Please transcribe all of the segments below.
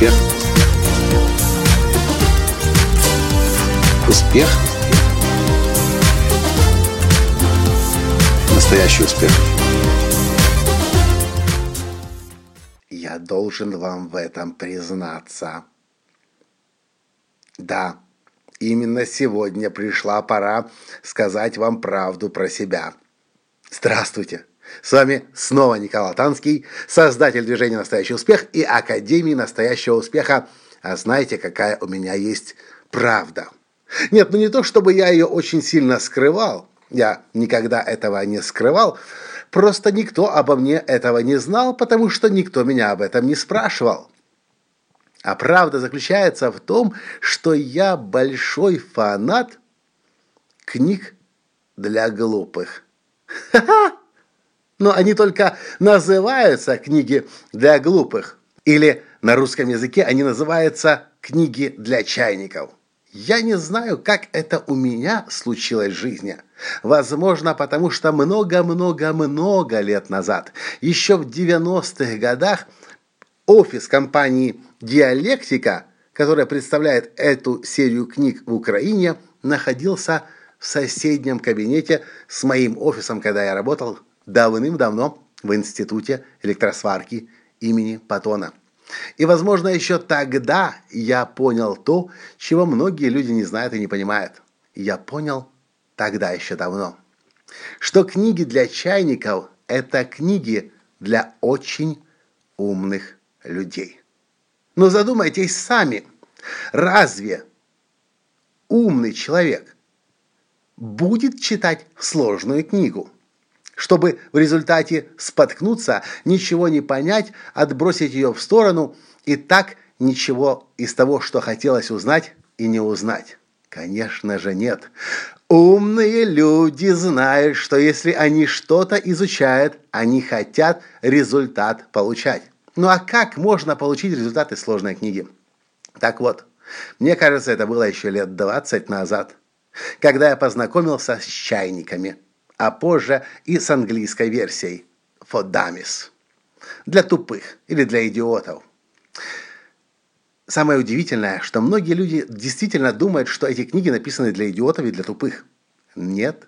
Успех. Успех. Настоящий успех. Я должен вам в этом признаться. Да, именно сегодня пришла пора сказать вам правду про себя. Здравствуйте! С вами снова Николай Латанский, создатель движения «Настоящий успех» и Академии настоящего успеха. А знаете, какая у меня есть правда? Нет, не то, чтобы я ее очень сильно скрывал. Я никогда этого не скрывал. Просто никто обо мне этого не знал, потому что никто меня об этом не спрашивал. А правда заключается в том, что я большой фанат книг для глупых. Ха-ха! Но они только называются книги для глупых. Или на русском языке они называются книги для чайников. Я не знаю, как это у меня случилось в жизни. Возможно, потому что много лет назад, еще в 90-х годах, офис компании «Диалектика», которая представляет эту серию книг в Украине, находился в соседнем кабинете с моим офисом, когда я работал давным-давно в Институте электросварки имени Паттона. И, возможно, еще тогда я понял то, чего многие люди не знают и не понимают. Я понял тогда еще давно, что книги для чайников – это книги для очень умных людей. Но задумайтесь сами, разве умный человек будет читать сложную книгу, чтобы в результате споткнуться, ничего не понять, отбросить ее в сторону и так ничего из того, что хотелось узнать, и не узнать? Конечно же нет. Умные люди знают, что если они что-то изучают, они хотят результат получать. Ну а как можно получить результат из сложной книги? Так вот, мне кажется, это было еще лет 20 назад, когда я познакомился с чайниками, а позже и с английской версией «For Dummies» для тупых или для идиотов. Самое удивительное, что многие люди действительно думают, что эти книги написаны для идиотов и для тупых. Нет.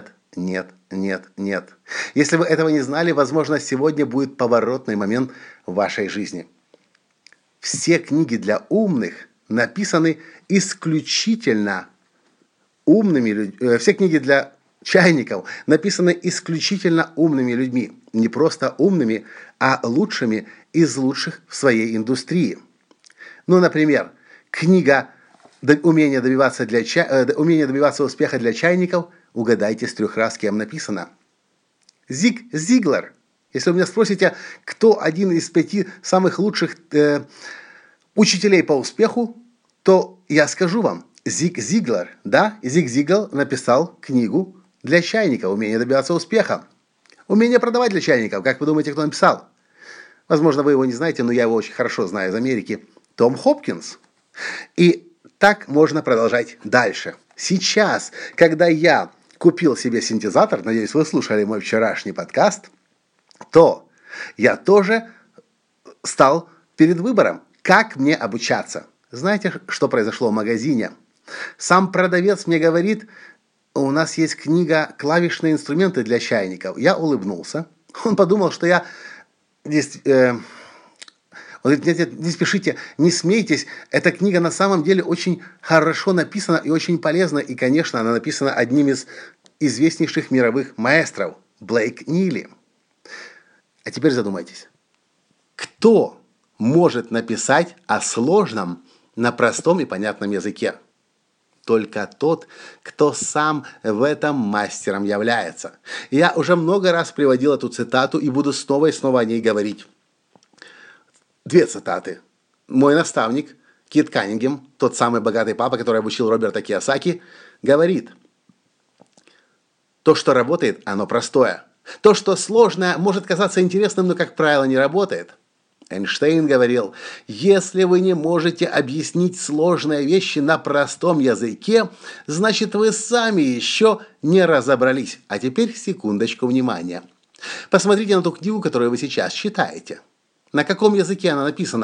Если вы этого не знали, возможно, сегодня будет поворотный момент в вашей жизни. Все книги для умных написаны исключительно умными людьми. Все книги для чайников написаны исключительно умными людьми. Не просто умными, а лучшими из лучших в своей индустрии. Ну, например, книга «Умение добиваться успеха для чайников». Угадайте с 3 раз, кем написана. Зиг Зиглар. Если вы меня спросите, кто один из 5 самых лучших учителей по успеху, то я скажу вам, Зиг Зиглар. Да, Зиг Зиглар написал книгу для чайников «Умение добиваться успеха». «Умение продавать для чайников». Как вы думаете, кто написал? Возможно, вы его не знаете, но я его очень хорошо знаю из Америки. Том Хопкинс. И так можно продолжать дальше. Сейчас, когда я купил себе синтезатор, надеюсь, вы слушали мой вчерашний подкаст, то я тоже стал перед выбором, как мне обучаться. Знаете, что произошло в магазине? Сам продавец мне говорит: у нас есть книга «Клавишные инструменты для чайников». Я улыбнулся. Он подумал, что я... Он говорит: нет, не спешите, не смейтесь. Эта книга на самом деле очень хорошо написана и очень полезна. И, конечно, она написана одним из известнейших мировых маэстро Блейк Нили. А теперь задумайтесь. Кто может написать о сложном на простом и понятном языке? Только тот, кто сам в этом мастером является. Я уже много раз приводил эту цитату и буду снова и снова о ней говорить. 2 цитаты. Мой наставник Кит Каннингем, тот самый богатый папа, который обучил Роберта Кийосаки, говорит: то, что работает, оно простое. То, что сложное, может казаться интересным, но, как правило, не работает. Эйнштейн говорил: если вы не можете объяснить сложные вещи на простом языке, значит, вы сами еще не разобрались. А теперь секундочку внимания. Посмотрите на ту книгу, которую вы сейчас читаете. На каком языке она написана?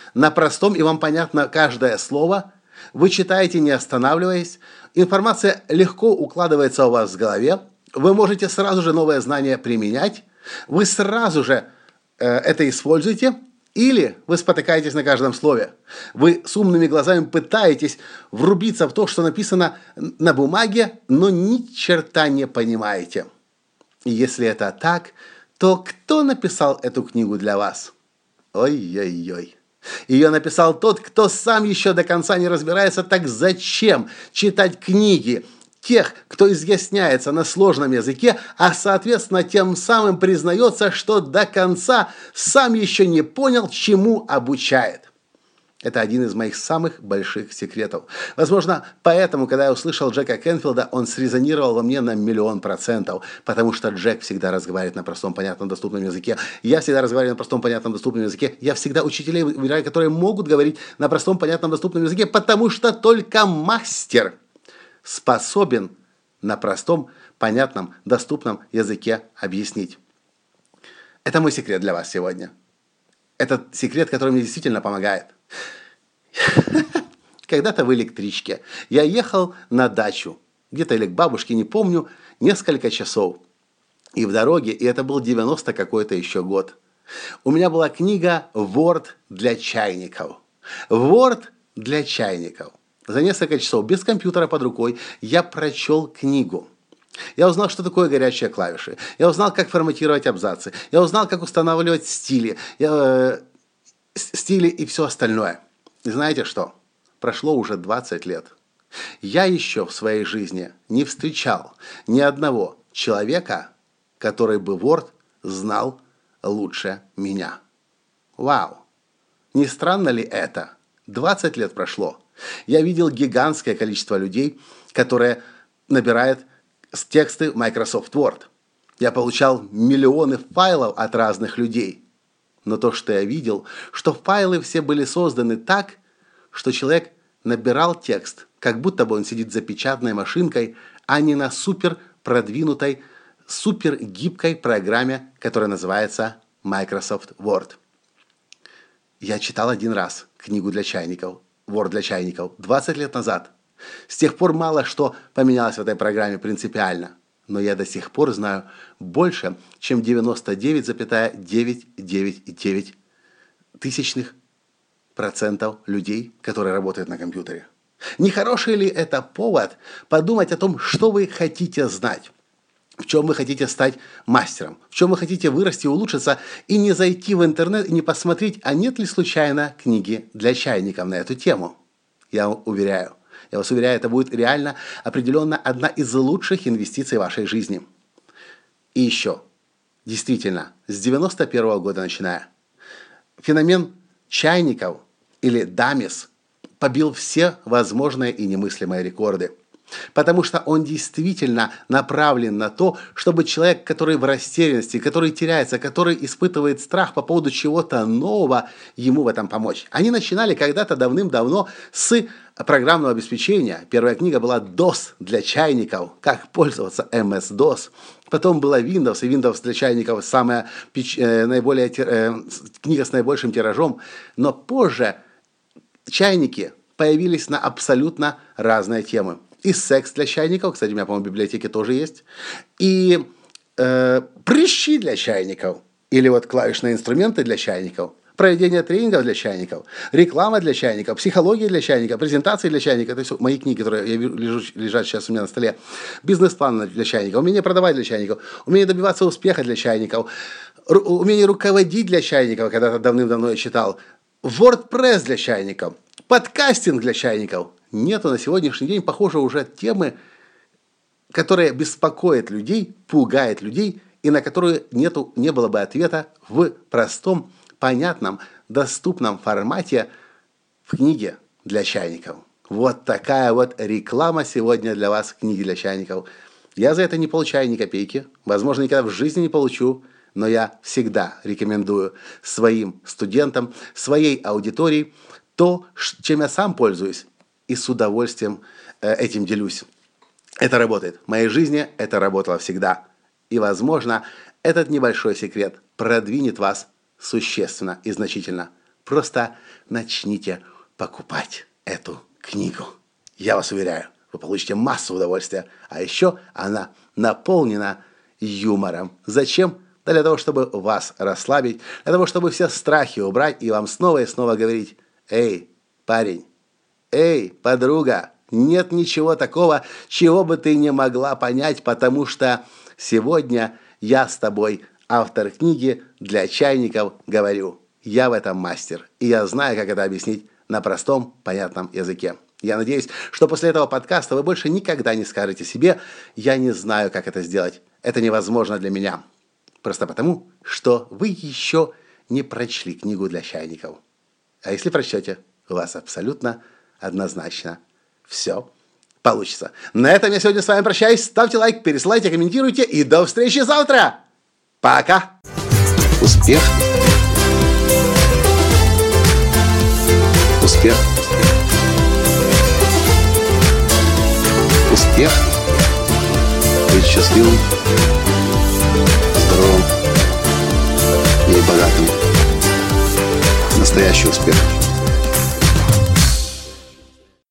на простом, и вам понятно каждое слово. Вы читаете, не останавливаясь. Информация легко укладывается у вас в голове. Вы можете сразу же новое знание применять. Вы сразу же это используете. Или вы спотыкаетесь на каждом слове. Вы с умными глазами пытаетесь врубиться в то, что написано на бумаге, но ни черта не понимаете. И если это так, то кто написал эту книгу для вас? Ой-ой-ой. Ее написал тот, кто сам еще до конца не разбирается, так зачем читать книги тех, кто изъясняется на сложном языке, а соответственно тем самым признается, что до конца сам еще не понял, чему обучает. Это один из моих самых больших секретов. Возможно, поэтому, когда я услышал Джека Кенфилда, он срезонировал во мне на 1000000%, потому что Джек всегда разговаривает на простом, понятном, доступном языке. Я всегда разговариваю на простом, понятном, доступном языке. Я всегда учителей выбираю, которые могут говорить на простом, понятном, доступном языке, потому что только мастер способен на простом, понятном, доступном языке объяснить. Это мой секрет для вас сегодня. Это секрет, который мне действительно помогает. Когда-то в электричке я ехал на дачу, где-то или к бабушке, не помню, несколько часов. И в дороге, и это был 90 какой-то еще год, у меня была книга Word для чайников. Word для чайников. За несколько часов без компьютера под рукой я прочел книгу. Я узнал, что такое горячие клавиши. Я узнал, как форматировать абзацы. Я узнал, как устанавливать стили. Стили и все остальное. И знаете что? Прошло уже 20 лет. Я еще в своей жизни не встречал ни одного человека, который бы Word знал лучше меня. Вау! Не странно ли это? 20 лет прошло. Я видел гигантское количество людей, которые набирают тексты в Microsoft Word. Я получал миллионы файлов от разных людей. Но то, что я видел, что файлы все были созданы так, что человек набирал текст, как будто бы он сидит за печатной машинкой, а не на супер продвинутой, супер гибкой программе, которая называется Microsoft Word. Я читал один раз книгу для чайников, Word для чайников, 20 лет назад. С тех пор мало что поменялось в этой программе принципиально. Но я до сих пор знаю больше, чем 99,999% людей, которые работают на компьютере. Не хороший ли это повод подумать о том, что вы хотите знать? В чем вы хотите стать мастером? В чем вы хотите вырасти, улучшиться и не зайти в интернет и не посмотреть, а нет ли случайно книги для чайников на эту тему? Я вас уверяю, это будет реально определенно одна из лучших инвестиций в вашей жизни. И еще, действительно, с 91 года начиная, феномен чайников или дамис побил все возможные и немыслимые рекорды. Потому что он действительно направлен на то, чтобы человек, который в растерянности, который теряется, который испытывает страх по поводу чего-то нового, ему в этом помочь. Они начинали когда-то давным-давно с программного обеспечения. Первая книга была DOS для чайников, как пользоваться MS-DOS. Потом была Windows, и Windows для чайников самая книга с наибольшим тиражом. Но позже чайники появились на абсолютно разные темы. И секс для чайников, кстати, у меня, по-моему, в библиотеке тоже есть. И прыщи для чайников. Или вот клавишные инструменты для чайников. Проведение тренингов для чайников. Реклама для чайников. Психология для чайников. Презентации для чайников. Это все мои книги, которые лежат сейчас у меня на столе. Бизнес-план для чайников. Умение продавать для чайников. Умение добиваться успеха для чайников. Умение руководить для чайников. Когда-то давным-давно я читал. WordPress для чайников. Подкастинг для чайников. Нету на сегодняшний день, похоже, уже темы, которые беспокоят людей, пугают людей, и на которые не было бы ответа в простом, понятном, доступном формате в книге для чайников. Вот такая вот реклама сегодня для вас, книги для чайников. Я за это не получаю ни копейки, возможно, никогда в жизни не получу, но я всегда рекомендую своим студентам, своей аудитории то, чем я сам пользуюсь, и с удовольствием этим делюсь. Это работает. В моей жизни это работало всегда. И, возможно, этот небольшой секрет продвинет вас существенно и значительно Просто начните покупать эту книгу. Я вас уверяю, вы получите массу удовольствия. А еще она наполнена юмором. Зачем? Да для того, чтобы вас расслабить, для того, чтобы все страхи убрать и вам снова и снова говорить: «Эй, парень, эй, подруга, нет ничего такого, чего бы ты не могла понять, потому что сегодня я с тобой, автор книги для чайников, говорю. Я в этом мастер, и я знаю, как это объяснить на простом, понятном языке». Я надеюсь, что после этого подкаста вы больше никогда не скажете себе: «Я не знаю, как это сделать. Это невозможно для меня». Просто потому, что вы еще не прочли книгу для чайников. А если прочтете, у вас абсолютно однозначно все получится. На этом я сегодня с вами прощаюсь. Ставьте лайк, пересылайте, комментируйте. И до встречи завтра. Пока. Успех. Успех. Успех. Быть счастливым, здоровым и богатым. Настоящий успех.